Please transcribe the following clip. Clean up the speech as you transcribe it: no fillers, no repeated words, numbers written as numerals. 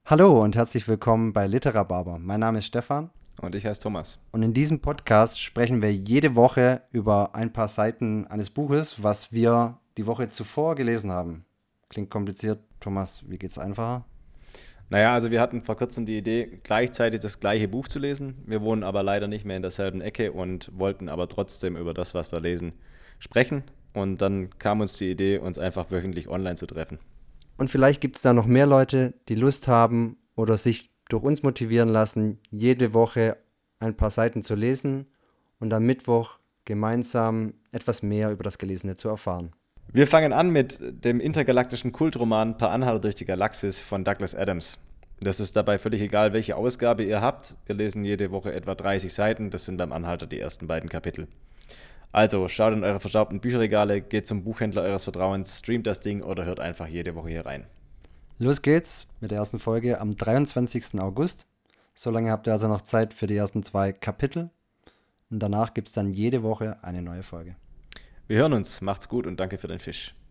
Hallo und herzlich willkommen bei Literabarber. Mein Name ist Stefan Und ich heiße Thomas. und in diesem Podcast sprechen wir jede Woche über ein paar Seiten eines Buches, was wir die Woche zuvor gelesen haben. Klingt kompliziert, Thomas, wie geht's einfacher? Naja, also wir hatten vor kurzem die Idee, gleichzeitig das gleiche Buch zu lesen. Wir wohnen aber leider nicht mehr in derselben Ecke und wollten aber trotzdem über das, was wir lesen, sprechen. Und dann kam uns die Idee, uns einfach wöchentlich online zu treffen. Und vielleicht gibt es da noch mehr Leute, die Lust haben oder sich durch uns motivieren lassen, jede Woche ein paar Seiten zu lesen und am Mittwoch gemeinsam etwas mehr über das Gelesene zu erfahren. Wir fangen an mit dem intergalaktischen Kultroman Per Anhalter durch die Galaxis von Douglas Adams. Das ist dabei völlig egal, welche Ausgabe ihr habt. Wir lesen jede Woche etwa 30 Seiten. Das sind beim Anhalter die ersten beiden Kapitel. Also schaut in eure verstaubten Bücherregale, geht zum Buchhändler eures Vertrauens, streamt das Ding oder hört einfach jede Woche hier rein. Los geht's mit der ersten Folge am 23. August. So lange habt ihr also noch Zeit für die ersten 2 Kapitel. Und danach gibt es dann jede Woche eine neue Folge. Wir hören uns, macht's gut und danke für den Fisch.